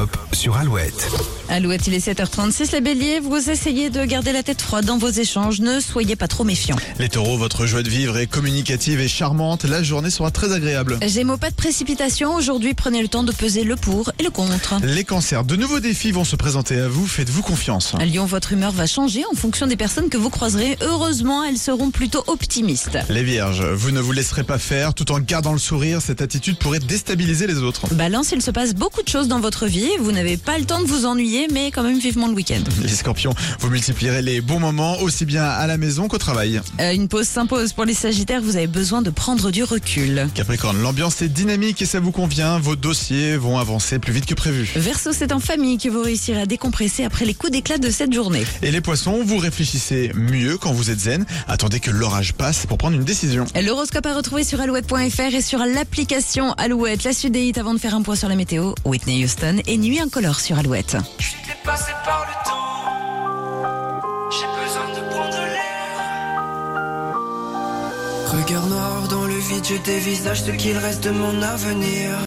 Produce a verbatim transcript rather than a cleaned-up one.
l'horoscope sur Alouette. Alouette, il est sept heures trente-six. Les béliers, vous essayez de garder la tête froide dans vos échanges. Ne soyez pas trop méfiants. Les taureaux, votre joie de vivre est communicative et charmante. La journée sera très agréable. Gémeaux, pas de précipitation. Aujourd'hui, prenez le temps de peser le pour et le contre. Les cancers, de nouveaux défis vont se présenter à vous. Faites-vous confiance. Lion, votre humeur va changer en fonction des personnes que vous croiserez. Heureusement, elles seront plutôt optimistes. Les vierges, vous ne vous laisserez pas faire tout en gardant le sourire. Cette attitude pourrait déstabiliser les autres. Balance, il se passe beaucoup de choses dans votre vie. Vous n'avez pas le temps de vous ennuyer, mais quand même vivement le week-end. Les scorpions, vous multiplierez les bons moments aussi bien à la maison qu'au travail. Euh, une pause s'impose pour les sagittaires. Vous avez besoin de prendre du recul. Capricorne, l'ambiance est dynamique et ça vous convient. Vos dossiers vont avancer plus vite que prévu. Verseau, c'est en famille que vous réussirez à décompresser après les coups d'éclat de cette journée. Et les poissons, vous réfléchissez mieux quand vous êtes zen. Attendez que l'orage passe pour prendre une décision. L'horoscope à retrouver sur alouette point f r et sur l'application Alouette. La suite des hits avant de faire un point sur la météo. Whitney Houston et Nuit incolore sur Alouette. Je suis dépassé par le temps. J'ai besoin de prendre l'air. Regard noir dans le vide, je dévisage ce qu'il reste de mon avenir.